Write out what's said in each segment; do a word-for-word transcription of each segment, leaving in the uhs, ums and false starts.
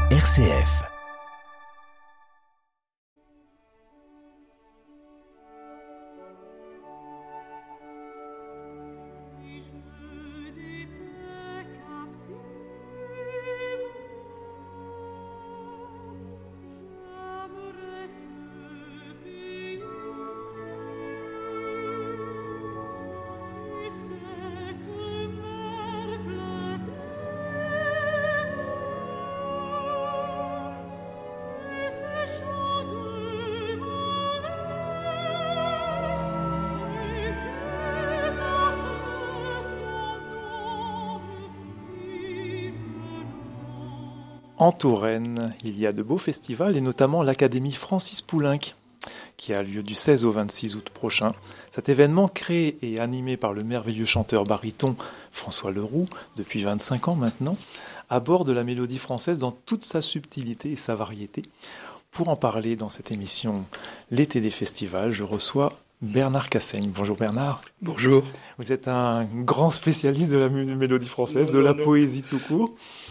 R C F. En Touraine, il y a de beaux festivals et notamment l'Académie Francis Poulenc qui a lieu du seize au vingt-six août prochain. Cet événement créé et animé par le merveilleux chanteur baryton François Leroux depuis vingt-cinq ans maintenant aborde la mélodie française dans toute sa subtilité et sa variété. Pour en parler dans cette émission L'été des festivals, je reçois Bernard Cassaigne. Bonjour Bernard. Bonjour. Vous êtes un grand spécialiste de la mélodie française, non, de la non, poésie non. tout court.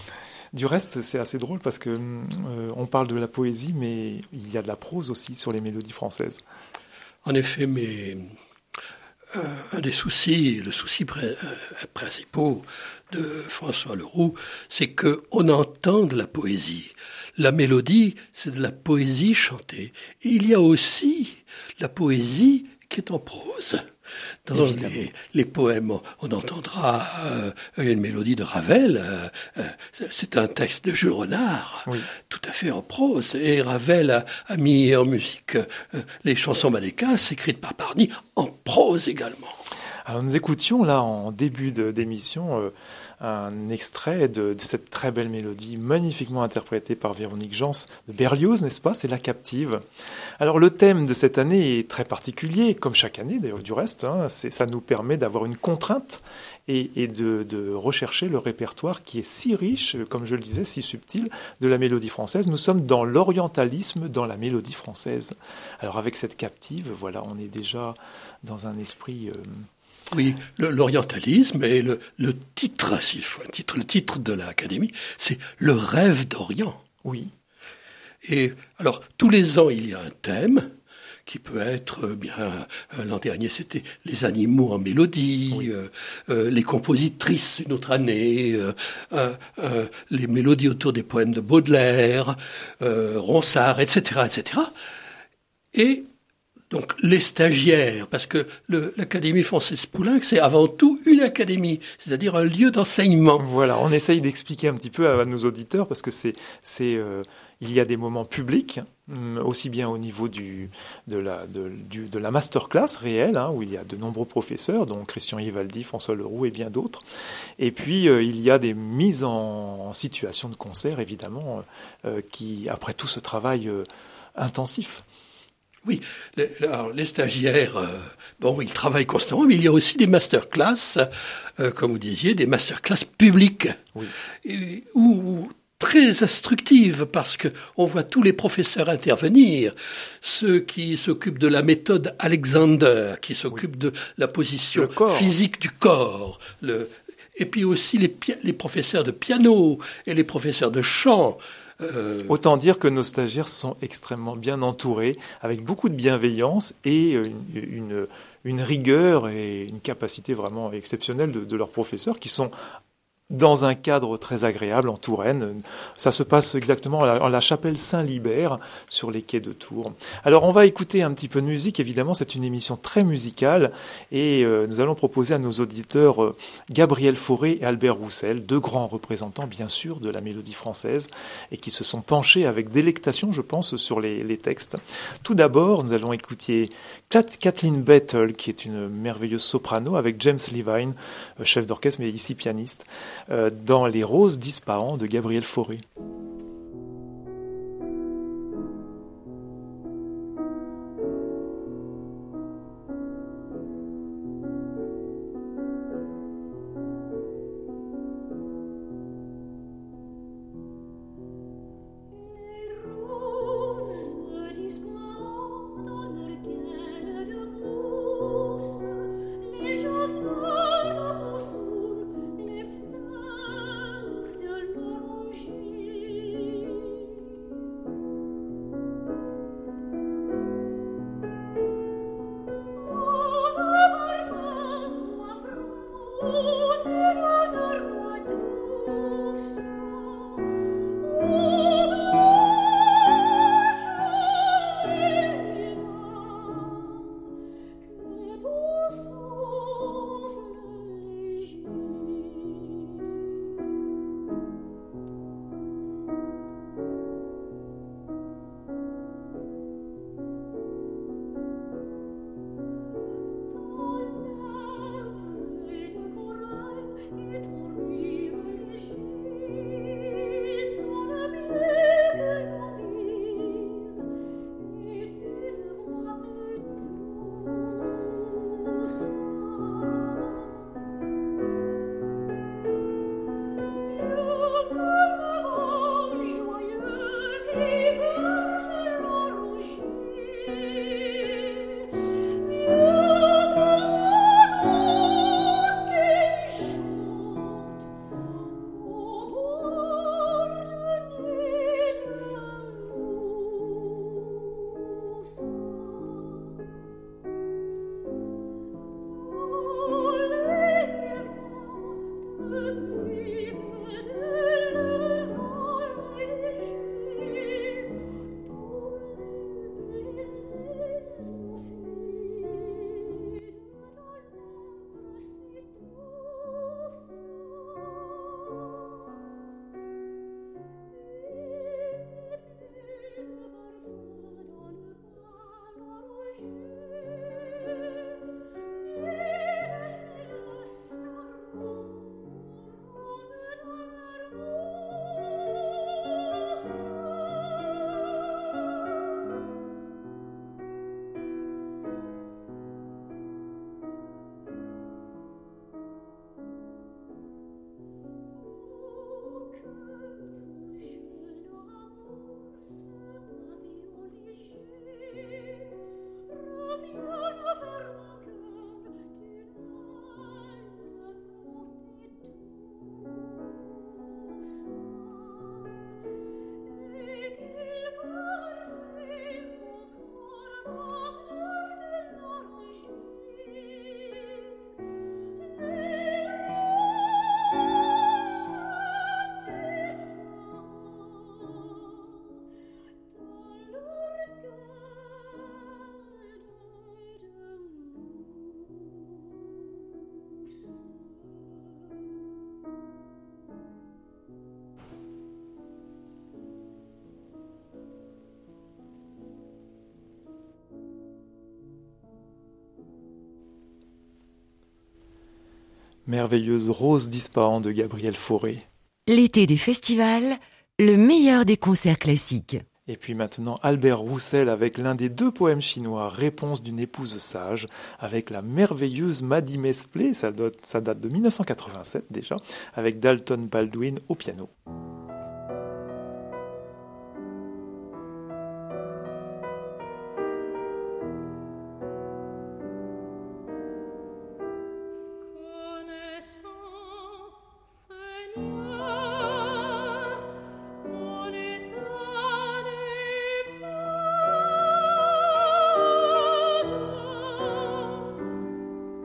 Du reste, c'est assez drôle parce que euh, on parle de la poésie, mais il y a de la prose aussi sur les mélodies françaises. En effet, mais euh, un des soucis, le souci pr- euh, principal de François Leroux, c'est qu'on entend de la poésie. La mélodie, c'est de la poésie chantée. Et il y a aussi la poésie qui est en prose. Dans les, les poèmes, on entendra euh, une mélodie de Ravel, euh, euh, c'est un texte de Jules Renard, oui. tout à fait en prose. Et Ravel a, a mis en musique euh, les chansons Malécas, écrites par Parny, en prose également. Alors nous écoutions là en début de, d'émission euh, un extrait de, de cette très belle mélodie magnifiquement interprétée par Véronique Jans de Berlioz, n'est-ce pas ? C'est La Captive. Alors le thème de cette année est très particulier, comme chaque année d'ailleurs du reste. Hein, c'est, ça nous permet d'avoir une contrainte et, et de, de rechercher le répertoire qui est si riche, comme je le disais, si subtil de la mélodie française. Nous sommes dans l'orientalisme dans la mélodie française. Alors avec cette Captive, voilà, on est déjà dans un esprit... Euh, Oui, le, l'orientalisme et le, le titre, si je un titre, le titre de l'Académie, c'est le rêve d'Orient. Oui. Et alors, tous les ans, il y a un thème qui peut être, bien, euh, l'an dernier, c'était les animaux en mélodie, oui. euh, euh, les compositrices une autre année, euh, euh, euh, les mélodies autour des poèmes de Baudelaire, euh, Ronsard, et cetera, et cetera. Et donc les stagiaires, parce que le, l'Académie Francis Poulenc, c'est avant tout une académie, c'est-à-dire un lieu d'enseignement. Voilà, on essaye d'expliquer un petit peu à, à nos auditeurs, parce que c'est, c'est, euh, il y a des moments publics, aussi bien au niveau du, de, la, de, du, de la masterclass réelle, hein, où il y a de nombreux professeurs, dont Christian Ivaldi, François Leroux et bien d'autres. Et puis, euh, il y a des mises en, en situation de concert, évidemment, euh, qui, après tout ce travail euh, intensif. Oui, les, alors les stagiaires, euh, bon, ils travaillent constamment, mais il y a aussi des masterclass, euh, comme vous disiez, des masterclass publiques, oui. et, ou très instructives, parce que on voit tous les professeurs intervenir, ceux qui s'occupent de la méthode Alexander, qui s'occupent oui. de la position physique du corps, le, et puis aussi les, les professeurs de piano et les professeurs de chant. Euh... Autant dire que nos stagiaires sont extrêmement bien entourés, avec beaucoup de bienveillance et une, une, une rigueur et une capacité vraiment exceptionnelle de, de leurs professeurs qui sont dans un cadre très agréable en Touraine. Ça se passe exactement à la, à la chapelle Saint-Libert sur les quais de Tours. Alors on va écouter un petit peu de musique, évidemment c'est une émission très musicale et euh, nous allons proposer à nos auditeurs euh, Gabriel Fauré et Albert Roussel, deux grands représentants bien sûr de la mélodie française et qui se sont penchés avec délectation je pense sur les, les textes. Tout d'abord nous allons écouter Kathleen Battle qui est une merveilleuse soprano avec James Levine, euh, chef d'orchestre mais ici pianiste, dans Les Roses disparants de Gabriel Fauré. Les fleurs de l'oranger Merveilleuse Rose d'Ispahan de Gabriel Fauré. L'été des festivals, le meilleur des concerts classiques. Et puis maintenant Albert Roussel avec l'un des deux poèmes chinois, Réponse d'une épouse sage, avec la merveilleuse Maddie Mesplé, ça date, ça date de dix-neuf cent quatre-vingt-sept déjà, avec Dalton Baldwin au piano.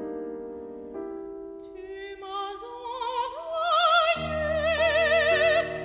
Tu m'as envoyé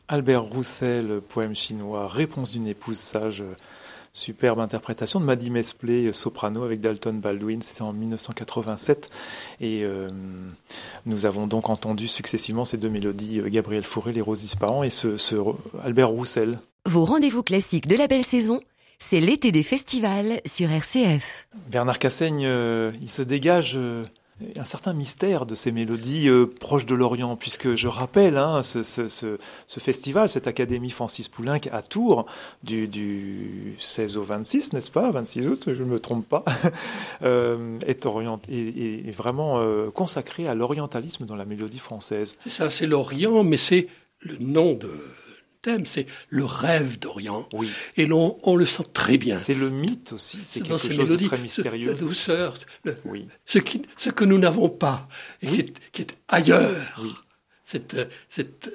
Albert Roussel, poème chinois, Réponse d'une épouse sage, superbe interprétation de Maddie Mesplé, soprano avec Dalton Baldwin, c'était en dix-neuf cent quatre-vingt-sept. Et euh, nous avons donc entendu successivement ces deux mélodies, Gabriel Fauré, Les Roses d'Ispahan et ce, ce Albert Roussel. Vos rendez-vous classiques de la belle saison, c'est l'été des festivals sur R C F. Bernard Cassaigne, euh, il se dégage... Euh, un certain mystère de ces mélodies euh, proches de l'Orient, puisque je rappelle hein, ce, ce, ce, ce festival, cette Académie Francis Poulenc à Tours, du, du seize au vingt-six, n'est-ce pas, vingt-six août, je ne me trompe pas, euh, est, orient, est, est vraiment euh, consacré à l'orientalisme dans la mélodie française. C'est ça, c'est l'Orient, mais c'est le nom de... thème, c'est le rêve d'Orient. Oui. Et l'on, on le sent très bien. C'est le mythe aussi, c'est, c'est quelque chose mélodies, de très mystérieux. La douceur, le, oui. ce, qui, ce que nous n'avons pas, et oui. qui, est, qui est ailleurs. Oui. C'est, c'est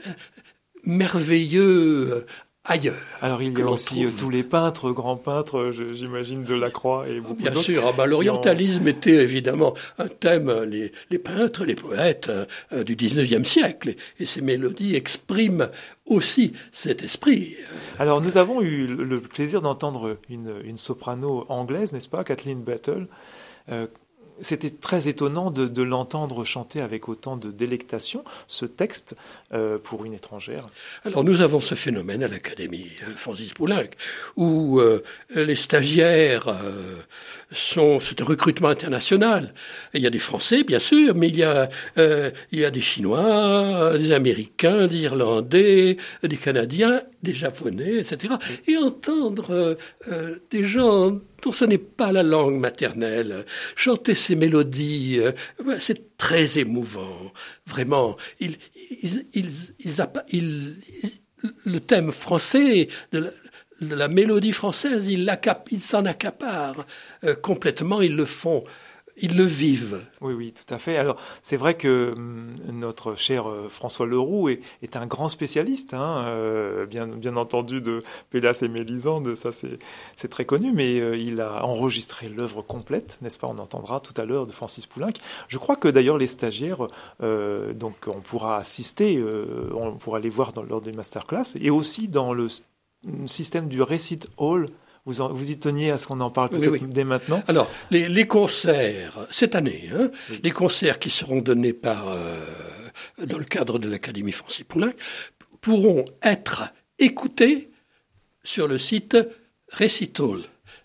merveilleux ailleurs. Alors il y a aussi trouve. tous les peintres, grands peintres, j'imagine, de Lacroix et beaucoup Bien d'autres. sûr, ah ben, l'orientalisme ont... était évidemment un thème, les, les peintres, les poètes euh, du dix-neuvième siècle. Et, et ces mélodies expriment aussi cet esprit. Alors nous avons eu le plaisir d'entendre une, une soprano anglaise, n'est-ce pas, Kathleen Battle. euh, C'était très étonnant de, de l'entendre chanter avec autant de délectation, ce texte, euh, pour une étrangère. Alors nous avons ce phénomène à l'Académie Francis Poulenc, où euh, les stagiaires euh, sont... C'est un recrutement international. Il y a des Français, bien sûr, mais il y a, euh, il y a des Chinois, des Américains, des Irlandais, des Canadiens, des Japonais, et cetera. Et entendre euh, euh, des gens... dont ce n'est pas la langue maternelle. Chanter ces mélodies, euh, c'est très émouvant. Vraiment, il, il, il, il, il, il, le thème français, de la, de la mélodie française, il, il s'en accapare euh, complètement, ils le font. Ils le vivent. Oui, oui, tout à fait. Alors, c'est vrai que hum, notre cher euh, François Leroux est, est un grand spécialiste, hein, euh, bien, bien entendu, de Pélas et Mélisande, ça c'est, c'est très connu, mais euh, il a enregistré l'œuvre complète, n'est-ce pas? On entendra tout à l'heure de Francis Poulenc. Je crois que d'ailleurs les stagiaires, euh, donc on pourra assister, euh, on pourra les voir dans, lors des masterclass, et aussi dans le système du Recit Hall. Vous, en, vous y teniez à ce qu'on en parle peut-être oui, oui. dès maintenant. Alors, les, les concerts, cette année, hein, oui. les concerts qui seront donnés par, euh, dans le cadre de l'Académie Francis Poulenc pourront être écoutés sur le site Recital,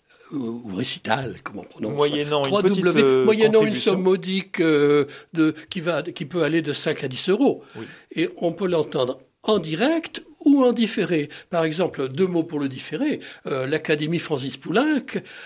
ou Récital, comment on prononce. Moyennant une petite euh, Moyennant une somme modique euh, de, qui, va, qui peut aller de cinq à dix euros. Oui. Et on peut l'entendre en direct ou en différé. Par exemple, deux mots pour le différé. Euh, L'Académie Francis Poulenc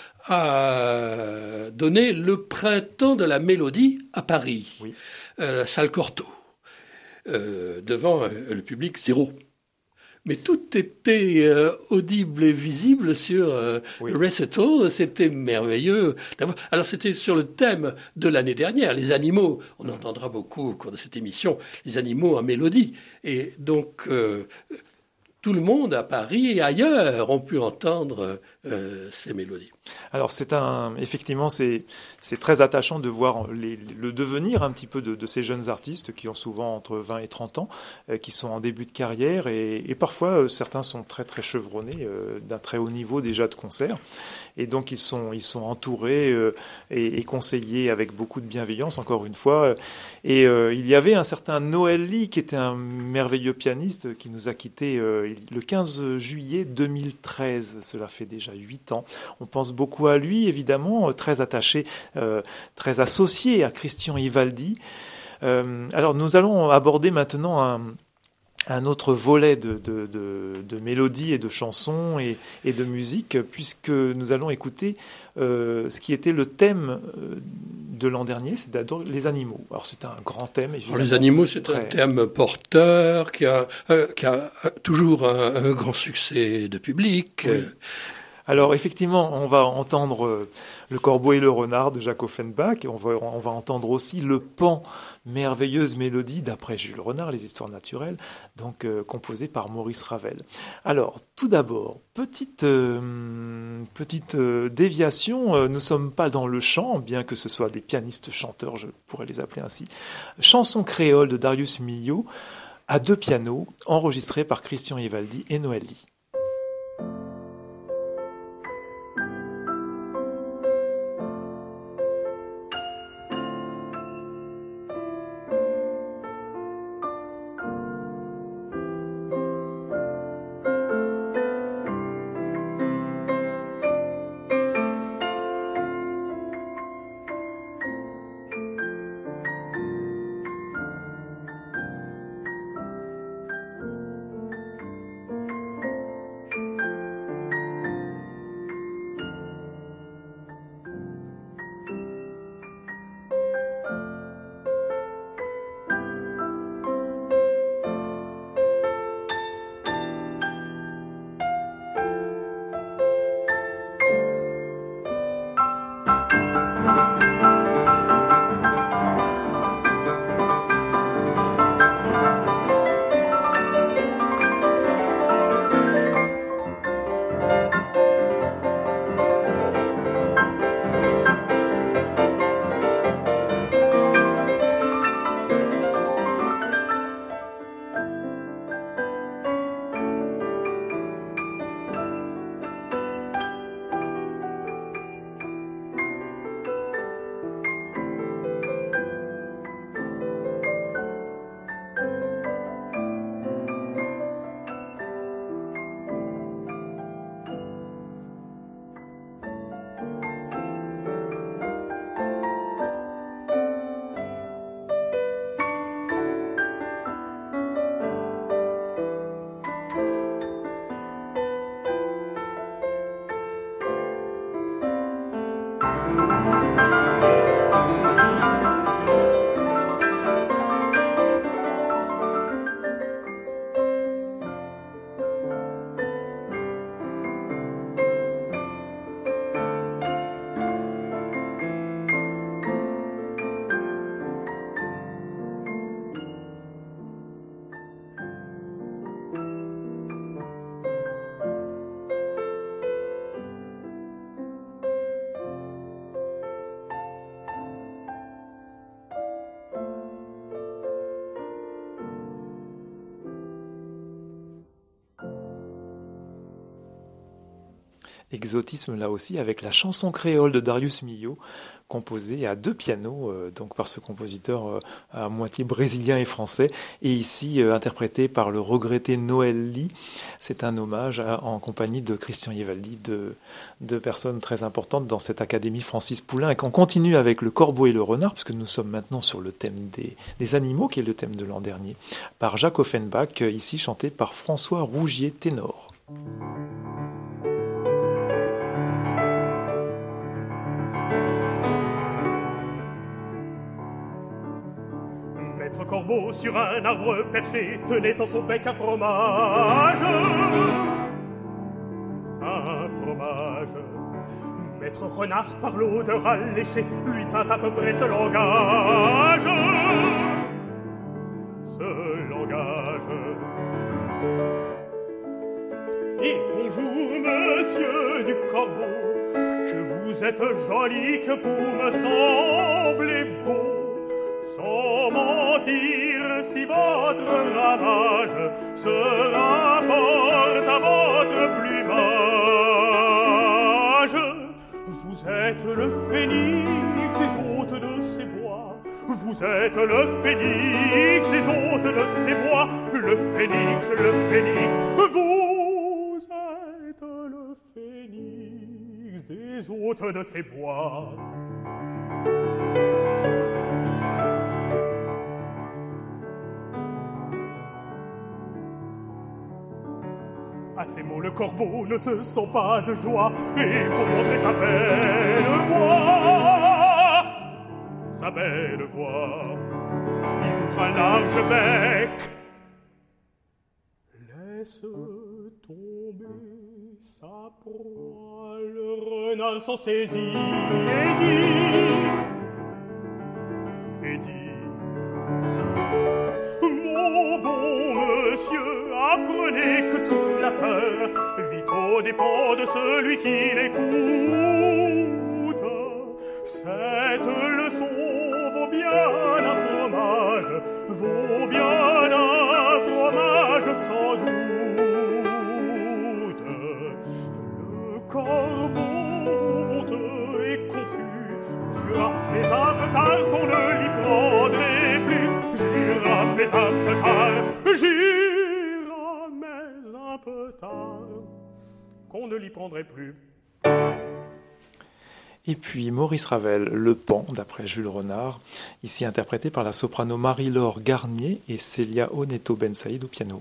a donné le Printemps de la Mélodie à Paris, oui. euh, la salle Cortot, euh, devant euh, le public zéro. Mais tout était euh, audible et visible sur euh, oui. Recital. C'était merveilleux d'avoir. Alors c'était sur le thème de l'année dernière, les animaux. On entendra beaucoup au cours de cette émission les animaux en mélodie. Et donc euh, tout le monde à Paris et ailleurs ont pu entendre euh, ces mélodies. Alors c'est un, effectivement, c'est c'est très attachant de voir les, le devenir un petit peu de, de ces jeunes artistes qui ont souvent entre vingt et trente ans, euh, qui sont en début de carrière et, et parfois euh, certains sont très très chevronnés euh, d'un très haut niveau déjà de concert et donc ils sont ils sont entourés euh, et, et conseillés avec beaucoup de bienveillance encore une fois. Et euh, il y avait un certain Noël Lee qui était un merveilleux pianiste qui nous a quittés euh, le quinze juillet deux mille treize. Cela fait déjà huit ans. On pense beaucoup à lui, évidemment, très attaché, euh, très associé à Christian Ivaldi. Euh, alors, nous allons aborder maintenant un, un autre volet de, de, de, de mélodies et de chansons et, et de musique, puisque nous allons écouter euh, ce qui était le thème de l'an dernier, c'est-à-dire les animaux. Alors, c'est un grand thème. Alors, les animaux, c'est très... un thème porteur qui a, euh, qui a toujours un, un grand succès de public. Oui. Alors effectivement, on va entendre Le Corbeau et le Renard de Jacques Offenbach, et on va, on va entendre aussi Le Pan, merveilleuse mélodie d'après Jules Renard, Les Histoires naturelles, donc euh, composée par Maurice Ravel. Alors tout d'abord, petite, euh, petite euh, déviation, euh, nous ne sommes pas dans le chant, bien que ce soit des pianistes chanteurs, je pourrais les appeler ainsi. Chanson créole de Darius Milhaud. à deux pianos, enregistré par Christian Evaldi et Noël Lee. Exotisme là aussi avec la chanson créole de Darius Milhaud, composée à deux pianos, euh, donc par ce compositeur euh, à moitié brésilien et français, et ici euh, interprété par le regretté Noël Lee. C'est un hommage à, en compagnie de Christian Evaldi, de deux personnes très importantes dans cette Académie Francis Poulenc. Et qu'on continue avec le corbeau et le renard, puisque nous sommes maintenant sur le thème des, des animaux, qui est le thème de l'an dernier, par Jacques Offenbach, ici chanté par François Rougier, ténor. Corbeau sur un arbre perché tenait en son bec un fromage. Un fromage. Maître renard par l'odeur alléchée lui tint à peu près ce langage. Ce langage. Et bonjour, monsieur du corbeau, que vous êtes joli, que vous me semblez beau. Sans mentir, si votre ramage se rapporte à votre plumage, vous êtes le phénix des hôtes de ces bois. Vous êtes le phénix des hôtes de ces bois. Le phénix, le phénix, vous êtes le phénix des hôtes de ces bois. À ces mots, le corbeau ne se sent pas de joie, et pour montrer sa belle voix, sa belle voix, il ouvre un large bec, laisse tomber sa proie. Le renard s'en saisit et dit, et dit, mon bon monsieur, apprenez que tout flatteur vit aux dépens de celui qui l'écoute. Cette leçon vaut bien un fromage, vaut bien un tard qu'on ne l'y prendrait plus. J'irai, mais un peu tard, j'irai, mais un peu tard, qu'on ne l'y prendrait plus. Et puis Maurice Ravel, Le Pan, d'après Jules Renard, ici interprété par la soprano Marie-Laure Garnier et Célia Oneto-Ben Saïd au piano.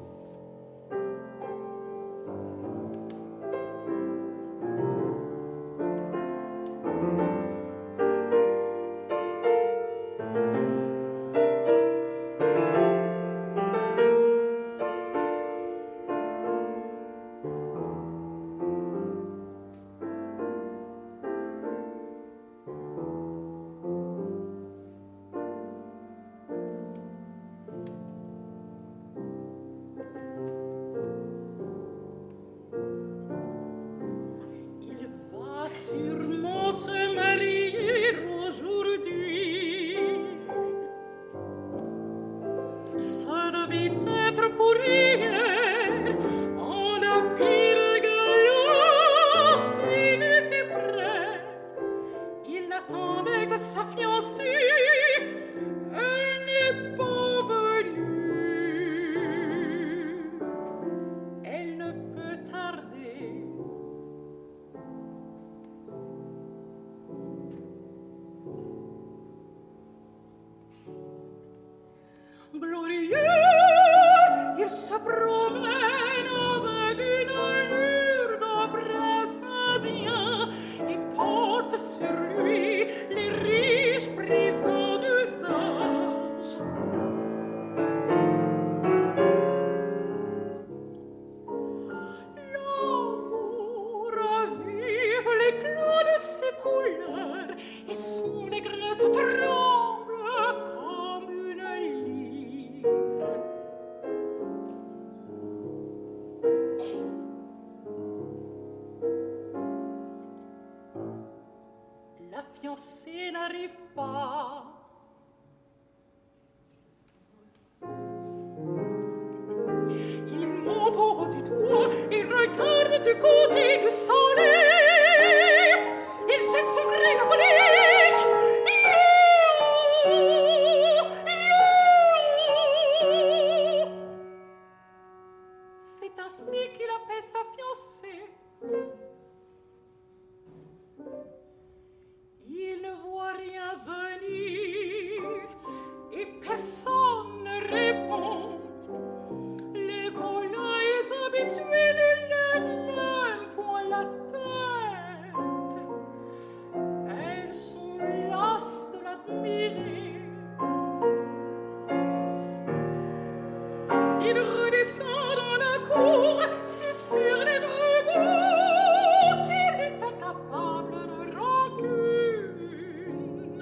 Sûrement se marier aujourd'hui. Ça devait être pour hier. En habit de galop, il était prêt. Il attendait que sa fiancée, elle n'est pas venue. Elle ne peut tarder. Glorieux, il se promène avec une allure de prince indien et porte sur lui les riches prisons d'usage. L'amour ravive l'éclat de ses couleurs et son aigrette tremble comme une lyre. La fiancée n'arrive pas. Il monte au haut du toit et regarde du côté du soleil. Il jette son cri de panique. Il est où? Il est où? C'est ainsi qu'il appelle sa fiancée. Il ne voit rien venir et personne ne répond. Les volailles habituées ne lèvent même point la tête. Elles sont lasses de l'admirer. Il redescend dans la cour, si sur les troupeaux qu'il est incapable de rancune.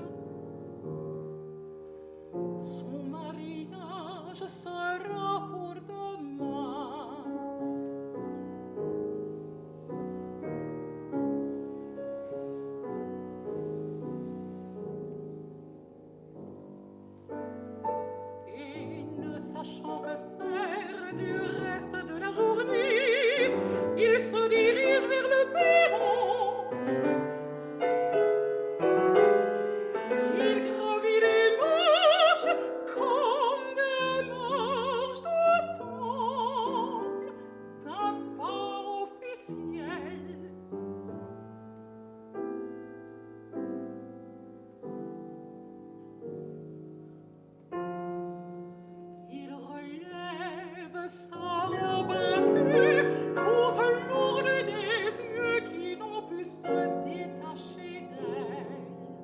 Son mariage sera pour demain. Et ne sachant que faire du reste de la journée, il se dirige vers le perron. Il gravit les marches comme des marches de temple, d'un pas officiel. Il relève sa robe inclue, toute lourde des yeux qui n'ont pu se détacher d'elle.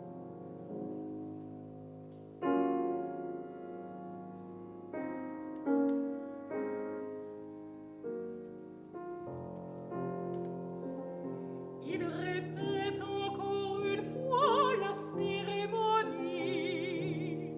Il répète encore une fois la cérémonie.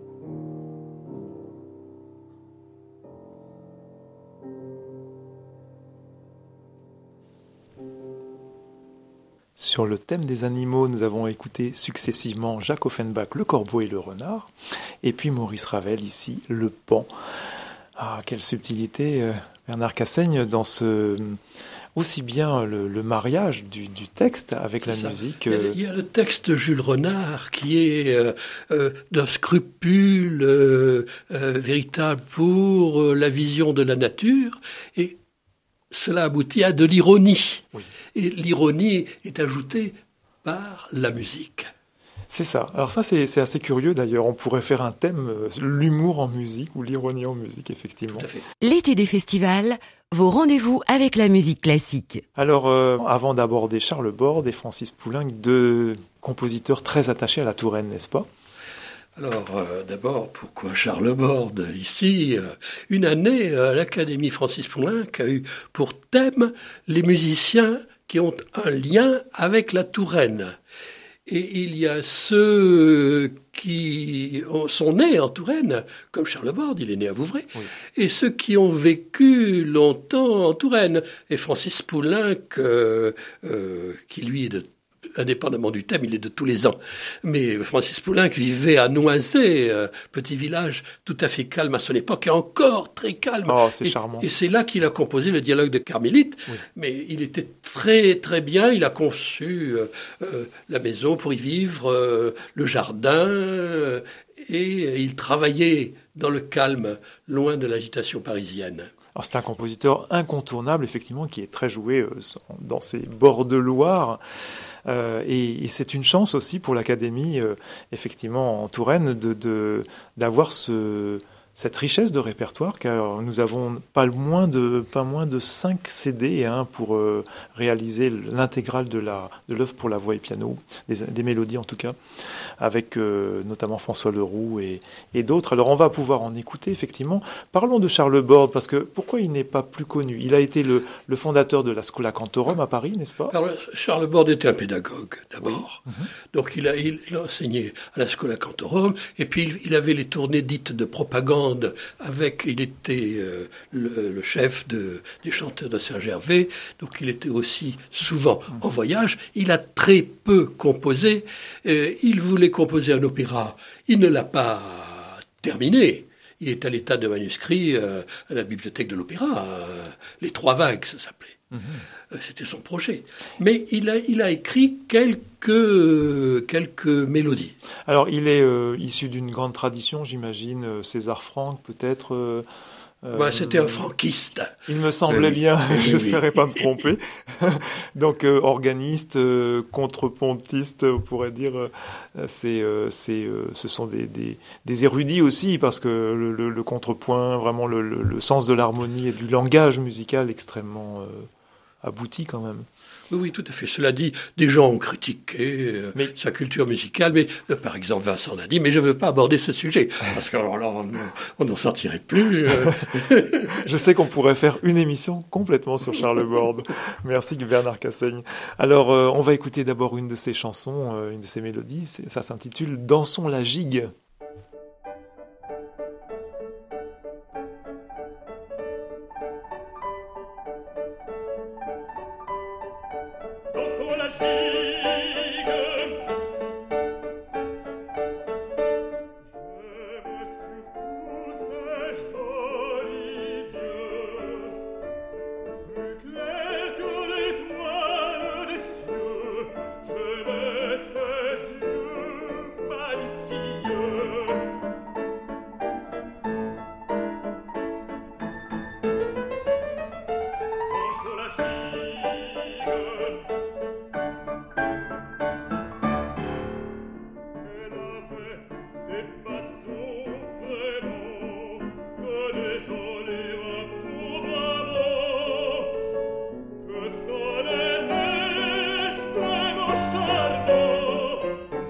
Sur le thème des animaux, nous avons écouté successivement Jacques Offenbach, Le Corbeau et le Renard, et puis Maurice Ravel ici, Le Pan. Ah, quelle subtilité, euh, Bernard Cassaigne, dans ce aussi bien le, le mariage du, du texte avec la Ça. musique. Il y, a, euh... il y a le texte de Jules Renard qui est euh, euh, d'un scrupule euh, euh, véritable pour euh, la vision de la nature, et cela aboutit à de l'ironie. Oui. Et l'ironie est ajoutée par la musique. C'est ça. Alors ça, c'est, c'est assez curieux d'ailleurs. On pourrait faire un thème, euh, l'humour en musique ou l'ironie en musique, effectivement. Tout à fait. L'été des festivals, vos rendez-vous avec la musique classique. Alors, euh, avant d'aborder Charles Borde et Francis Poulenc, deux compositeurs très attachés à la Touraine, n'est-ce pas ? Alors, euh, d'abord, pourquoi Charles Borde ici euh, Une année, euh, l'Académie Francis Poulenc a eu pour thème les musiciens qui ont un lien avec la Touraine. Et il y a ceux qui sont nés en Touraine, comme Charles Borde, il est né à Vouvray, oui. Et ceux qui ont vécu longtemps en Touraine. Et Francis Poulenc, euh, euh, qui lui est de indépendamment du thème, il est de tous les ans. Mais Francis Poulenc vivait à Noisé, euh, petit village tout à fait calme à son époque, et encore très calme. Oh, c'est et, charmant. Et c'est là qu'il a composé le dialogue de Carmélite. Oui. Mais il était très très bien. Il a conçu euh, euh, la maison pour y vivre, euh, le jardin, euh, et il travaillait dans le calme, loin de l'agitation parisienne. Alors c'est un compositeur incontournable, effectivement, qui est très joué euh, dans ses bords de Loire. Euh, et, et c'est une chance aussi pour l'Académie, euh, effectivement, en Touraine, de, de, d'avoir ce, cette richesse de répertoire, car nous avons pas moins de, pas moins de cinq C D hein, pour euh, réaliser l'intégrale de, la, de l'œuvre pour la voix et piano, des, des mélodies en tout cas, avec euh, notamment François Leroux et, et d'autres. Alors on va pouvoir en écouter, effectivement. Parlons de Charles Borde, parce que pourquoi il n'est pas plus connu ? Il a été le, le fondateur de la Schola Cantorum à Paris, n'est-ce pas ? Alors, Charles Borde était un pédagogue, d'abord. Oui. Mm-hmm. Donc il a, il, il a enseigné à la Schola Cantorum, et puis il, il avait les tournées dites de propagande, avec, il était euh, le, le chef de, des chanteurs de Saint-Gervais, donc il était aussi souvent mm-hmm. en voyage. Il a très peu composé. Euh, il voulait composer un opéra. Il ne l'a pas terminé. Il est à l'état de manuscrit euh, à la bibliothèque de l'opéra. Euh, les Trois Vagues, ça s'appelait. Mmh. Euh, c'était son projet. Mais il a, il a écrit quelques, euh, quelques mélodies. Alors, il est euh, issu d'une grande tradition, j'imagine. Euh, César Franck, peut-être euh... Euh, bah, c'était un franquiste. Il me semblait oui, bien, oui, j'espérais oui. pas me tromper. Donc euh, organiste, euh, contrepontiste, on pourrait dire, euh, c'est, euh, c'est, euh, ce sont des, des, des érudits aussi, parce que le, le, le contrepoint, vraiment le, le, le sens de l'harmonie et du langage musical extrêmement euh, abouti quand même. Oui, oui, tout à fait. Cela dit, des gens ont critiqué euh, mais... sa culture musicale, mais euh, par exemple Vincent a dit, mais je ne veux pas aborder ce sujet, parce qu'alors là, on n'en sortirait plus. Euh... Je sais qu'on pourrait faire une émission complètement sur Charles Borde. Merci Bernard Cassaigne. Alors, euh, on va écouter d'abord une de ses chansons, euh, une de ses mélodies, c'est, ça s'intitule « Dansons la gigue ». Charmant,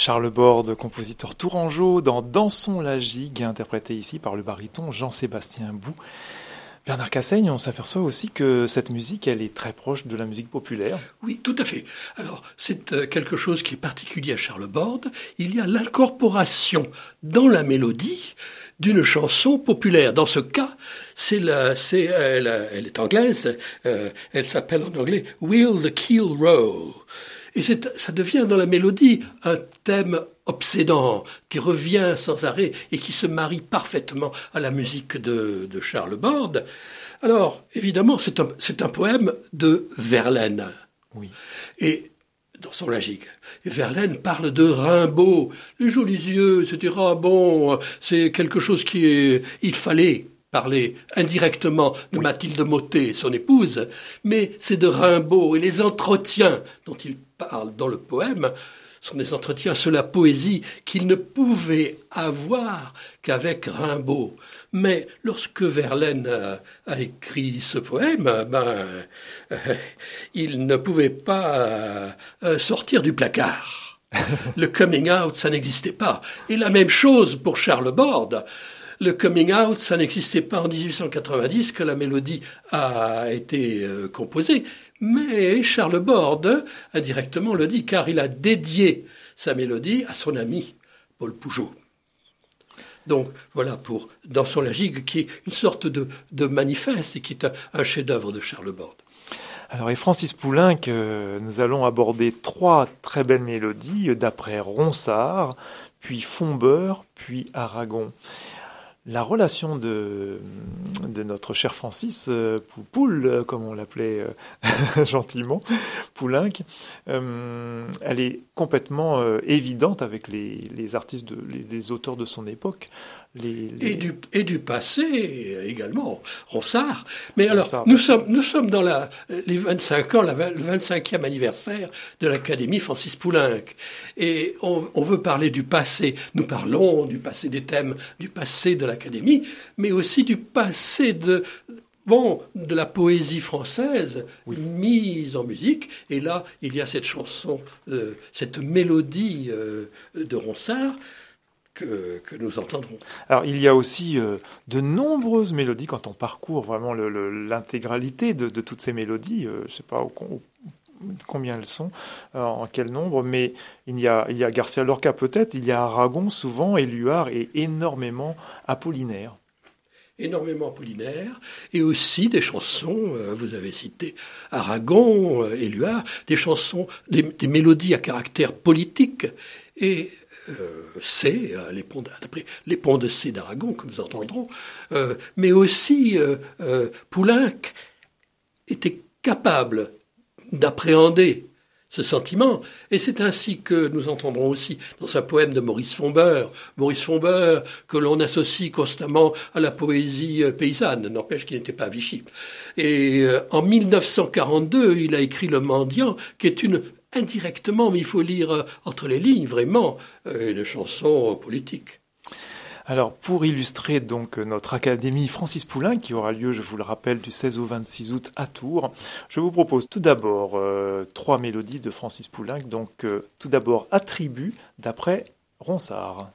Charles Borde, compositeur tourangeau, dans Dansons la gigue, interprété ici par le baryton Jean-Sébastien Bou. Bernard Cassaigne, on s'aperçoit aussi que cette musique, elle est très proche de la musique populaire. Oui, tout à fait. Alors, c'est quelque chose qui est particulier à Charles Borde. Il y a l'incorporation dans la mélodie d'une chanson populaire. Dans ce cas, c'est la, c'est, elle, elle est anglaise, euh, elle s'appelle en anglais « Will the Keel Row ». Et c'est, ça devient dans la mélodie un thème obsédant qui revient sans arrêt et qui se marie parfaitement à la musique de, de Charles Borde. Alors, évidemment, c'est un, c'est un poème de Verlaine. Oui. Et dans son La Gigue, Verlaine parle de Rimbaud, les jolis yeux, et cetera. Bon, c'est quelque chose qui est, il fallait parler indirectement de oui. Mathilde Mottet, son épouse, mais c'est de Rimbaud et les entretiens dont il parle dans le poème sont des entretiens sur la poésie qu'il ne pouvait avoir qu'avec Rimbaud. Mais lorsque Verlaine a, a écrit ce poème, ben, euh, il ne pouvait pas euh, sortir du placard. Le coming out, ça n'existait pas. Et la même chose pour Charles Borde. Le coming out, ça n'existait pas en dix-huit cent quatre-vingt-dix que la mélodie a été euh, composée. Mais Charles Borde, indirectement, le dit, car il a dédié sa mélodie à son ami Paul Pougeot. Donc, voilà pour Dansons la gigue, qui est une sorte de, de manifeste et qui est un, un chef-d'œuvre de Charles Borde. Alors, et Francis Poulenc, euh, nous allons aborder trois très belles mélodies d'après Ronsard, puis Fombeur, puis Aragon. La relation de, de notre cher Francis euh, Poul, comme on l'appelait euh, gentiment, Poulenc, euh, elle est complètement euh, évidente avec les, les artistes, de, les, les auteurs de son époque. Les, les... Et, du, et du passé également, Ronsard. Mais alors, Ronsard, nous, sommes, nous sommes dans la, les vingt-cinq ans, la, le vingt-cinquième anniversaire de l'Académie Francis Poulenc. Et on, on veut parler du passé. Nous parlons du passé des thèmes, du passé de l'Académie, mais aussi du passé de... Bon, de la poésie française oui. mise en musique. Et là, il y a cette chanson, euh, cette mélodie euh, de Ronsard, Que, que nous entendrons. Alors, il y a aussi euh, de nombreuses mélodies, quand on parcourt vraiment le, le, l'intégralité de, de toutes ces mélodies, euh, je ne sais pas au, au, combien elles sont, euh, en quel nombre, mais il y a, il y a Garcia Lorca peut-être, il y a Aragon souvent, Éluard et énormément Apollinaire. Énormément Apollinaire, et aussi des chansons, euh, vous avez cité Aragon, euh, Éluard, des chansons, des, des mélodies à caractère politique, et Euh, C, les ponts, d'après les ponts de C d'Aragon que nous entendrons, euh, mais aussi euh, euh, Poulenc était capable d'appréhender ce sentiment, et c'est ainsi que nous entendrons aussi dans un poème de Maurice Fombeur, Maurice Fombeur que l'on associe constamment à la poésie paysanne, n'empêche qu'il n'était pas à Vichy. Et euh, en mille neuf cent quarante-deux, il a écrit Le Mendiant, qui est une indirectement, mais il faut lire euh, entre les lignes, vraiment, euh, une chanson politique. Alors, pour illustrer donc notre Académie Francis Poulenc, qui aura lieu, je vous le rappelle, du seize au vingt-six août à Tours, je vous propose tout d'abord euh, trois mélodies de Francis Poulenc. Donc, euh, tout d'abord, Attribut, d'après Ronsard.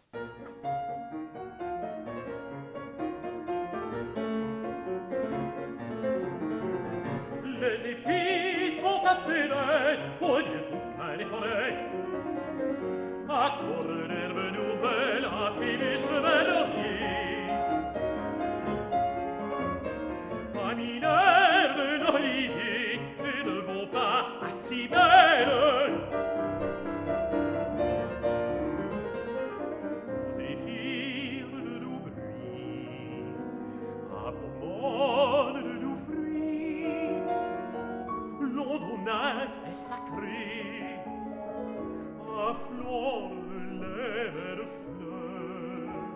Les épis sont assez laises, au lieu de bouquins les forêts. À court d'herbe nouvelle, à Phébus le verrier. À Minerve de l'olivier, et le beau pain à Cybèle. Aux zéphyrs de doux bruits, à Pomone de doux fruits. L'ombre neuf est sacrée, à fleur de lait de fleurs.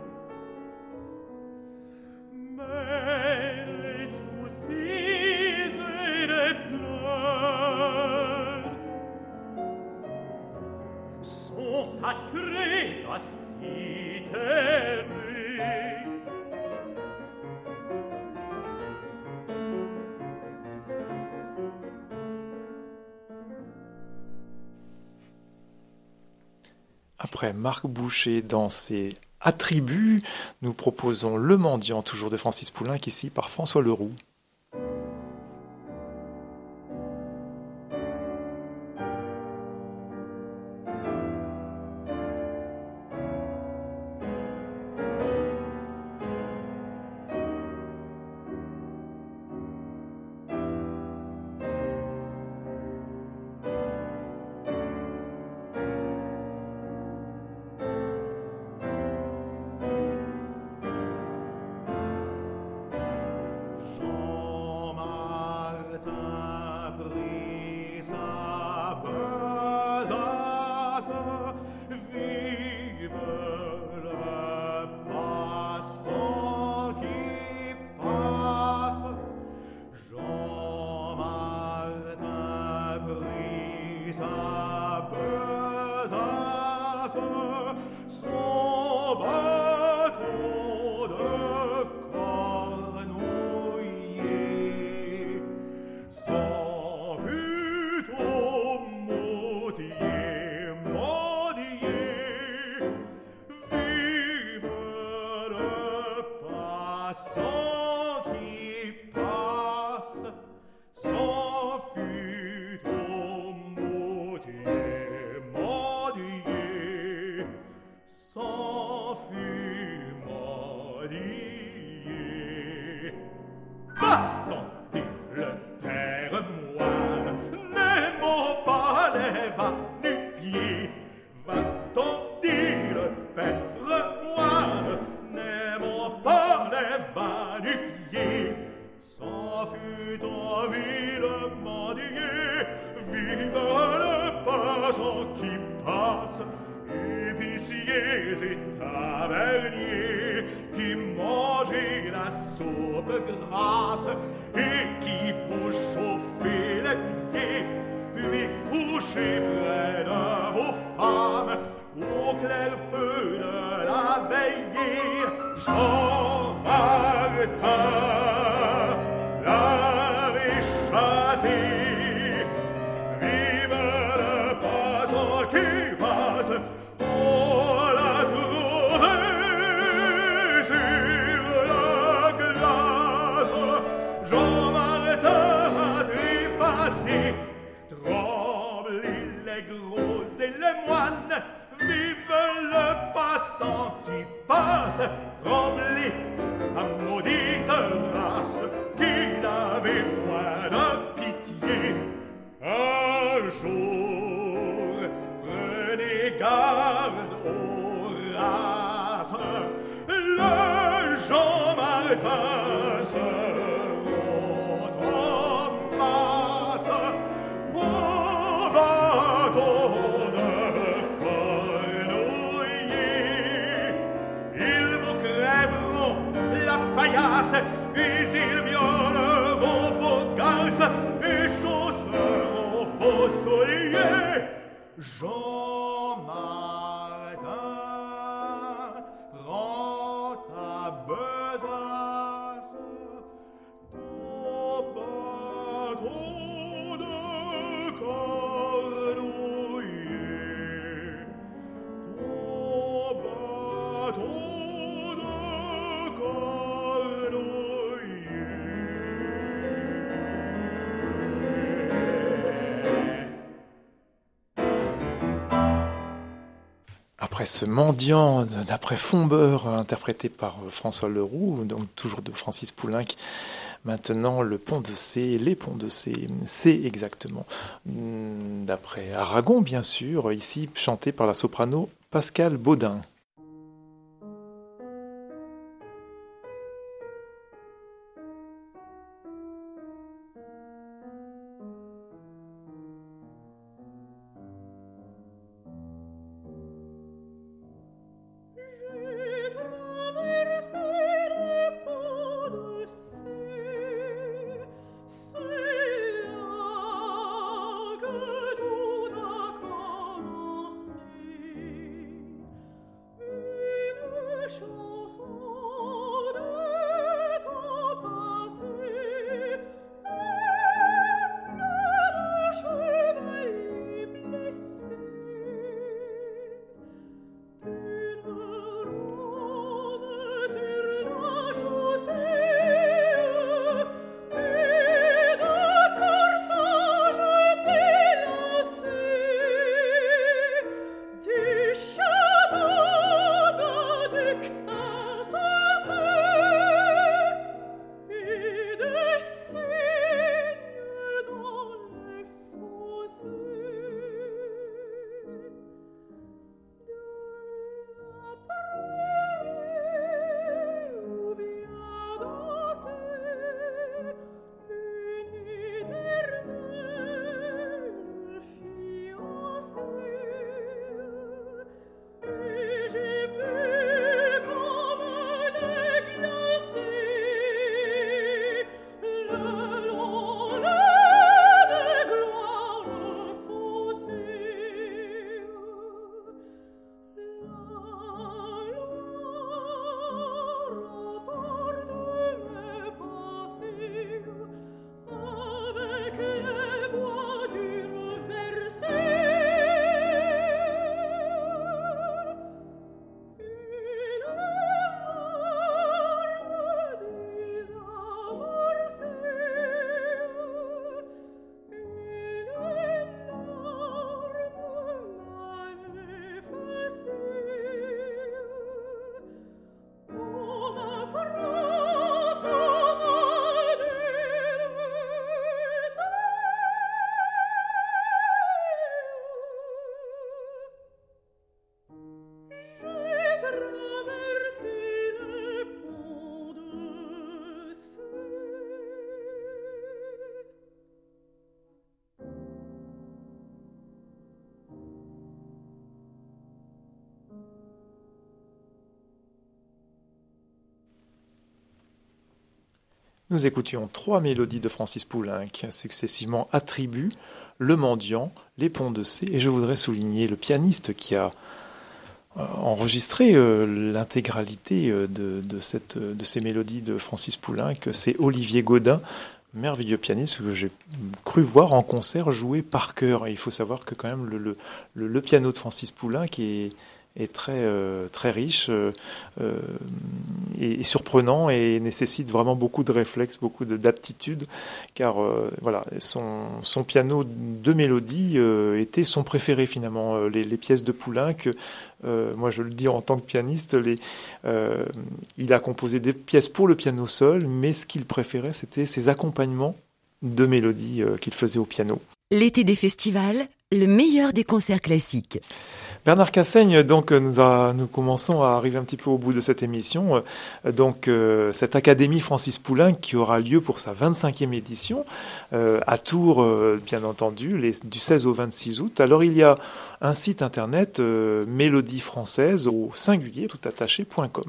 Mais les soucis et les pleurs sont sacrés à Cithérer. Après Marc Boucher dans ses attributs, nous proposons Le Mendiant, toujours de Francis Poulenc, ici par François Leroux. Après ce mendiant d'après Fombeur, interprété par François Leroux, donc toujours de Francis Poulenc, maintenant le Pont de C, les Ponts de C, C exactement, d'après Aragon bien sûr, ici chanté par la soprano Pascale Baudin. Commencé Nous écoutions trois mélodies de Francis Poulenc, successivement Attribut, Le Mendiant, Les Ponts de C, et je voudrais souligner le pianiste qui a enregistré euh, l'intégralité euh, de, de, cette, de ces mélodies de Francis Poulenc, c'est Olivier Gaudin, merveilleux pianiste que j'ai cru voir en concert jouer par cœur. Et il faut savoir que quand même le, le, le, le piano de Francis Poulenc est, est très, euh, très riche euh, et, et surprenant et nécessite vraiment beaucoup de réflexes, beaucoup de, d'aptitude, car euh, voilà, son, son piano de mélodie euh, était son préféré finalement. Les, les pièces de Poulenc, euh, moi je le dis en tant que pianiste, les, euh, il a composé des pièces pour le piano seul, mais ce qu'il préférait c'était ses accompagnements de mélodies euh, qu'il faisait au piano. L'été des festivals, le meilleur des concerts classiques. Bernard Cassaigne, donc nous, a, nous commençons à arriver un petit peu au bout de cette émission. Donc euh, cette Académie Francis Poulenc qui aura lieu pour sa vingt-cinquième édition euh, à Tours, euh, bien entendu, les, du seize au vingt-six août. Alors il y a un site internet euh, Mélodie Française au singulier tout attaché point com.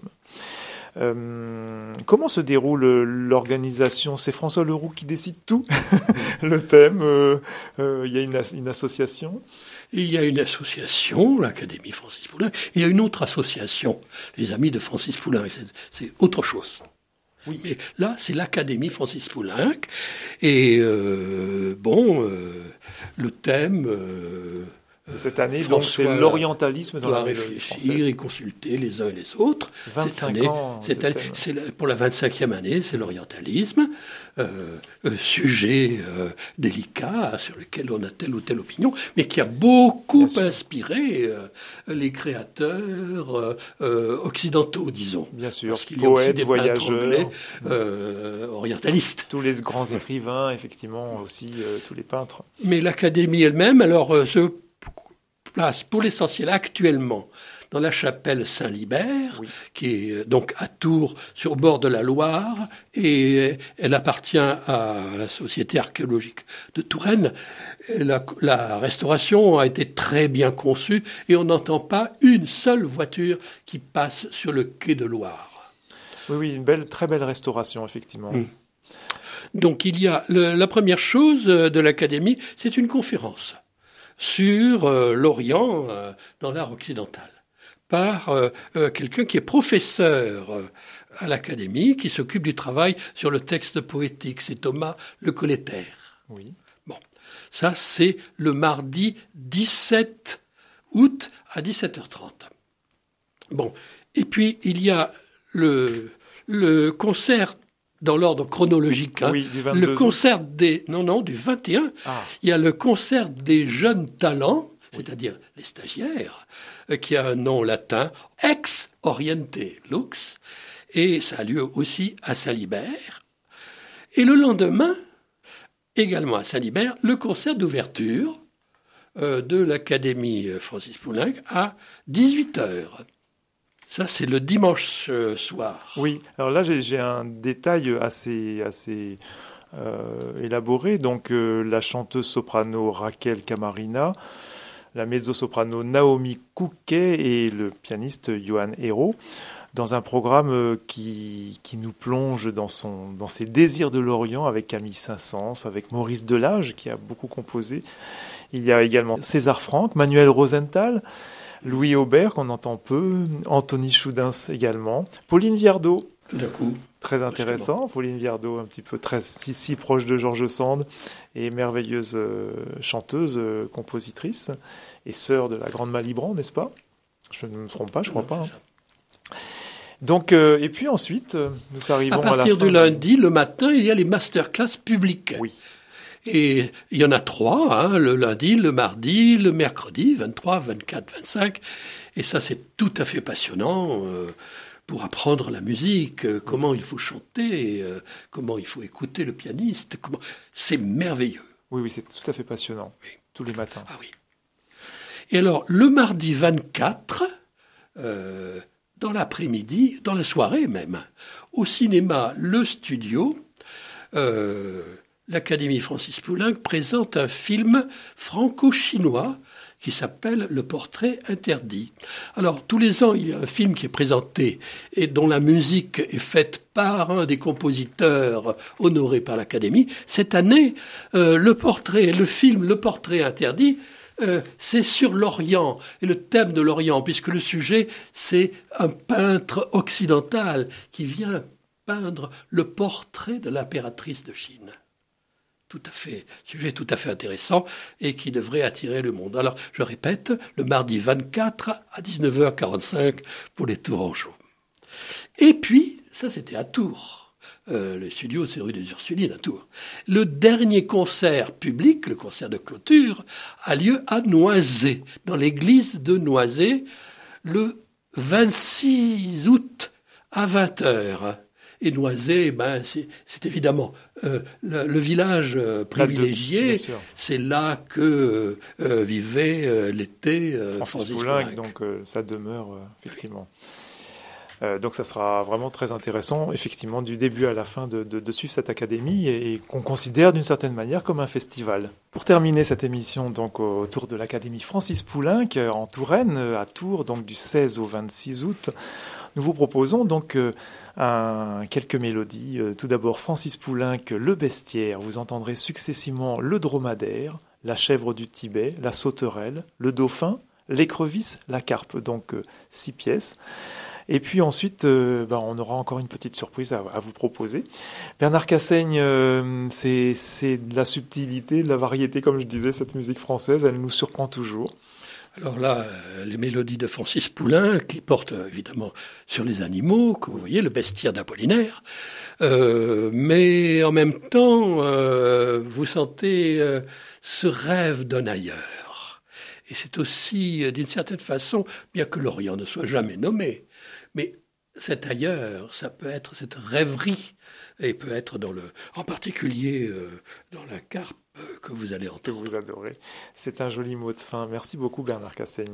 Euh, comment se déroule l'organisation? C'est François Leroux qui décide tout. Le thème, euh, euh, il y a une, une association. Il y a une association, l'Académie Francis Poulenc. Il y a une autre association, les Amis de Francis Poulenc. C'est, c'est autre chose. Oui. Mais là, c'est l'Académie Francis Poulenc. Et euh, bon, euh, le thème. Euh, Cette année, donc, c'est l'orientalisme dans la mélodie française. Réfléchir et consulter les uns et les autres. vingt-cinq cette année, ans. Cette année, c'est la, pour la vingt-cinquième année, c'est l'orientalisme, euh, euh, sujet euh, délicat sur lequel on a telle ou telle opinion, mais qui a beaucoup inspiré euh, les créateurs euh, euh, occidentaux, disons. Bien sûr, parce qu'il y a poètes, aussi des voyageurs, anglais, euh, orientalistes. Tous les grands écrivains, effectivement, aussi euh, tous les peintres. Mais l'Académie elle-même, alors, euh, se place pour l'essentiel actuellement dans la chapelle Saint-Libert, oui. qui est donc à Tours, sur le bord de la Loire, et elle appartient à la Société archéologique de Touraine. La, la restauration a été très bien conçue et on n'entend pas une seule voiture qui passe sur le quai de Loire. Oui, oui, une belle, très belle restauration, effectivement. Mmh. Donc il y a le, la première chose de l'Académie, c'est une conférence sur euh, l'Orient euh, dans l'art occidental, par euh, euh, quelqu'un qui est professeur euh, à l'Académie, qui s'occupe du travail sur le texte poétique, c'est Thomas Le Colletter. Oui. Bon, ça c'est le mardi dix-sept août à dix-sept heures trente. Bon, et puis il y a le, le concert dans l'ordre chronologique, hein, oui, du vingt-deux le concert des non non du vingt et un, ah. il y a le concert des jeunes talents, oui. c'est-à-dire les stagiaires, euh, qui a un nom latin, ex oriente lux, et ça a lieu aussi à Saint-Libert. Et le lendemain, également à Saint-Libert, le concert d'ouverture euh, de l'Académie Francis Poulenc à dix-huit heures. Ça, c'est le dimanche euh, soir. Oui, alors là, j'ai, j'ai un détail assez, assez euh, élaboré. Donc, euh, la chanteuse soprano Raquel Camarina, la mezzo-soprano Naomi Couquet et le pianiste Johan Hérault, dans un programme euh, qui, qui nous plonge dans, son, dans ses désirs de l'Orient avec Camille Saint-Saëns, avec Maurice Delage, qui a beaucoup composé. Il y a également César Franck, Manuel Rosenthal, Louis Aubert, qu'on entend peu, Anthony Choudens également, Pauline Viardot. Tout d'un coup. Très intéressant, Pauline Viardot, un petit peu très si, si proche de Georges Sand, et merveilleuse euh, chanteuse, euh, compositrice, et sœur de la grande Malibran, n'est-ce pas? Je ne me trompe pas, je crois non, pas. Hein. Donc, euh, et puis ensuite, nous arrivons à, à partir à la fin du lundi, le matin, il y a les masterclass publiques. Oui. Et il y en a trois, hein, le lundi, le mardi, le mercredi, vingt-trois, vingt-quatre, vingt-cinq. Et ça, c'est tout à fait passionnant euh, pour apprendre la musique, euh, comment il faut chanter, euh, comment il faut écouter le pianiste. Comment... C'est merveilleux. Oui, oui, c'est tout à fait passionnant, oui. Tous les matins. Ah oui. Et alors, le mardi vingt-quatre, euh, dans l'après-midi, dans la soirée même, au cinéma Le Studio, euh, l'Académie Francis Poulenc présente un film franco-chinois qui s'appelle Le Portrait interdit. Alors, tous les ans, il y a un film qui est présenté et dont la musique est faite par un des compositeurs honorés par l'Académie. Cette année, euh, le portrait, le film Le Portrait interdit, euh, c'est sur l'Orient et le thème de l'Orient, puisque le sujet, c'est un peintre occidental qui vient peindre le portrait de l'impératrice de Chine. Tout à fait, sujet tout à fait intéressant et qui devrait attirer le monde. Alors, je répète, le mardi vingt-quatre à dix-neuf heures quarante-cinq pour les Tourangeaux. Et puis, ça c'était à Tours. Euh, le studio, c'est rue des Ursulines à Tours. Le dernier concert public, le concert de clôture, a lieu à Noisy, dans l'église de Noisy, le vingt-six août à vingt heures. Et Noisy, ben, c'est, c'est évidemment euh, le, le village euh, privilégié. C'est là que euh, vivait euh, l'été euh, Francis, Francis Poulenc. Poulenc. Donc euh, ça demeure, euh, effectivement. Euh, donc ça sera vraiment très intéressant, effectivement, du début à la fin de, de, de suivre cette académie et, et qu'on considère d'une certaine manière comme un festival. Pour terminer cette émission donc autour de l'académie Francis Poulenc en Touraine, à Tours, donc du seize au vingt-six août, nous vous proposons donc euh, un, quelques mélodies. Euh, tout d'abord Francis Poulenc, Le Bestiaire. Vous entendrez successivement Le Dromadaire, La Chèvre du Tibet, La Sauterelle, Le Dauphin, L'Écrevisse, La Carpe. Donc euh, six pièces. Et puis ensuite, euh, ben, on aura encore une petite surprise à, à vous proposer. Bernard Cassaigne, euh, c'est, c'est de la subtilité, de la variété, comme je disais, cette musique française, elle nous surprend toujours. Alors là, les mélodies de Francis Poulenc, qui portent évidemment sur les animaux, que vous voyez, le bestiaire d'Apollinaire, euh, mais en même temps, euh, vous sentez euh, ce rêve d'un ailleurs. Et c'est aussi, d'une certaine façon, bien que l'Orient ne soit jamais nommé, mais cet ailleurs, ça peut être cette rêverie, et peut être dans le, en particulier euh, dans la carpe euh, que vous allez entendre. Que vous adorez. C'est un joli mot de fin. Merci beaucoup Bernard Cassaigne.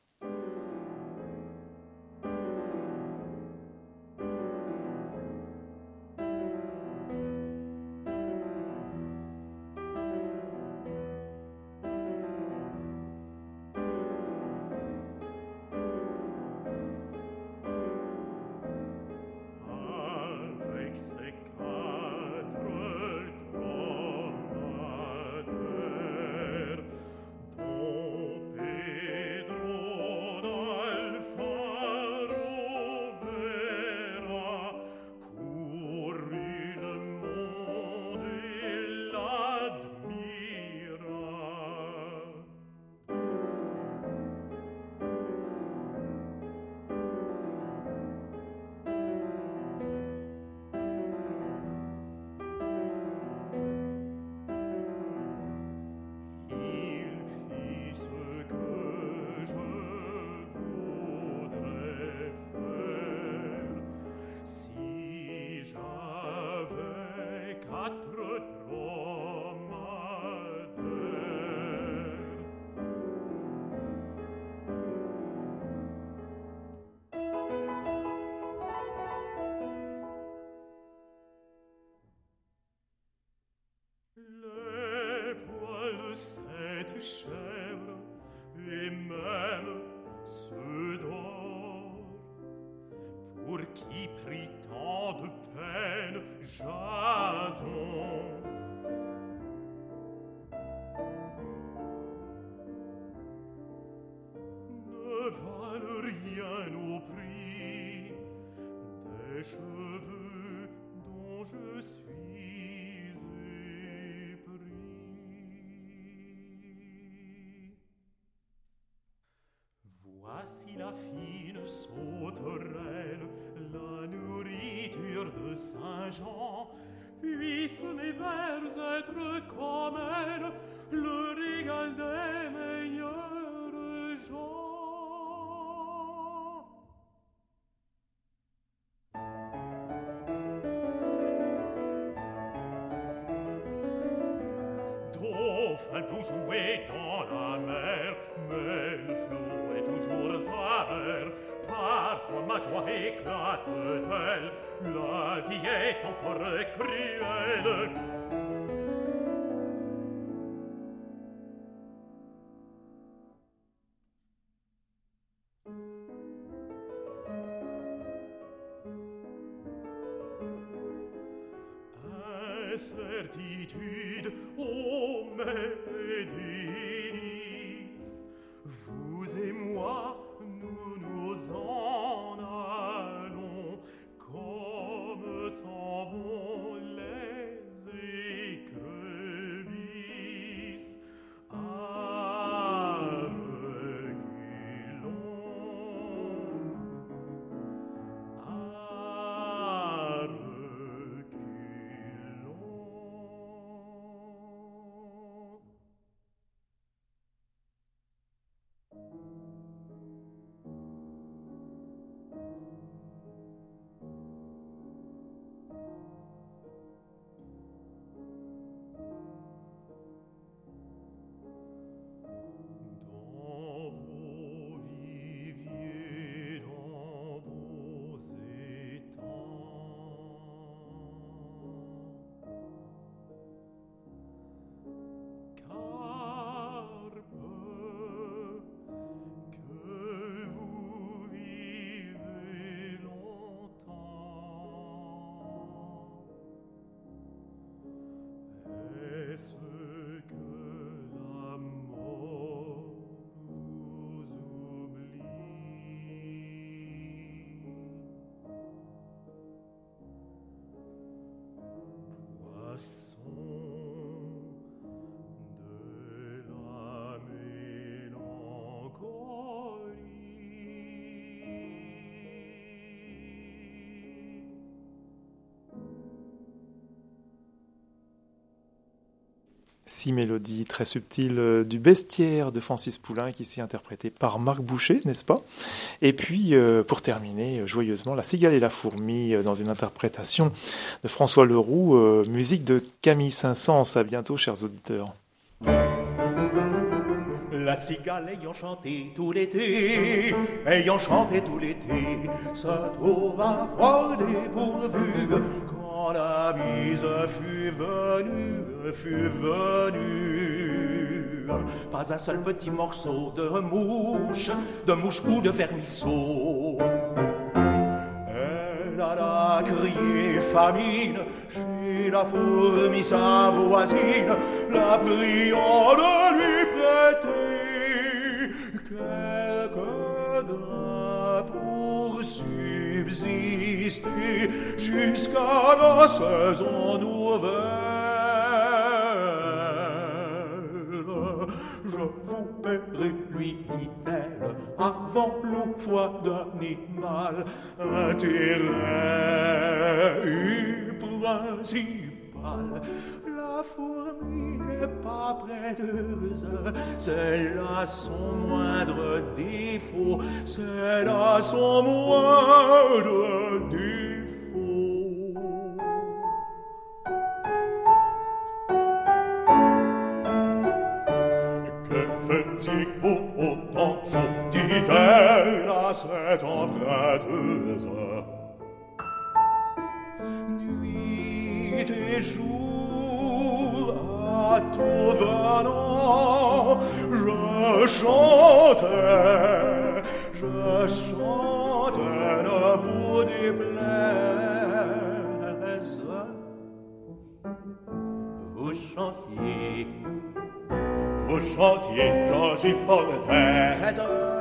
Les poils de cette chèvre et même ceux d'or, pour qui prit tant de peine Jason, ne valent rien au prix des cheveux dont je suis. Voici la fine sauterelle, la nourriture de Saint-Jean. Puissent mes vers être comme elle, le régal des meilleurs gens. Dauphin peut jouer dans la mer, mais le flot est toujours amer. Parfois ma joie éclate-t-elle, la vie est encore cruelle. certitude, ô Médicis. Vous et moi, nous nous en allons, comme s'en vont les écrevisses. À reculons, à reculons. Dans vos viviers, dans vos étangs, carpe, que vous vivez longtemps. Est-ce que la mort vous oublie? Poisson de la mélancolie. Six mélodies très subtiles euh, du Bestiaire de Francis Poulenc, ici interprété par Marc Boucher, n'est-ce pas? Et puis, euh, pour terminer euh, joyeusement, La Cigale et la Fourmi, euh, dans une interprétation de François Leroux, euh, musique de Camille Saint-Saëns. À bientôt, chers auditeurs. La cigale ayant chanté tout l'été, ayant chanté tout l'été, se trouva froide et dépourvue quand la bise fut venue, fut venue. Pas un seul petit morceau de mouche, de mouche ou de vermisseau. Elle alla crier famine chez la fourmi sa voisine, la priant de lui prêter quelques grains pour subsister jusqu'à la saison nouvelle. Je vous paierai, lui dit-elle, avant l'eau foi d'animal, intérêt principal. La fourmi n'est pas prêteuse, c'est là son moindre défaut, c'est là son moindre défaut. Que faites-vous autant chaud, dit-elle à cette emprunteuse. Nuit et jour, à tout venant, je chantais, je chantais, ne vous déplaise. Vous chantiez, vous chantiez, j'en suis fort aise.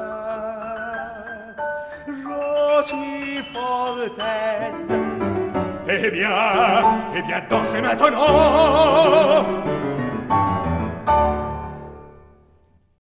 J'en suis fort aise. Eh bien, eh bien, dansez maintenant.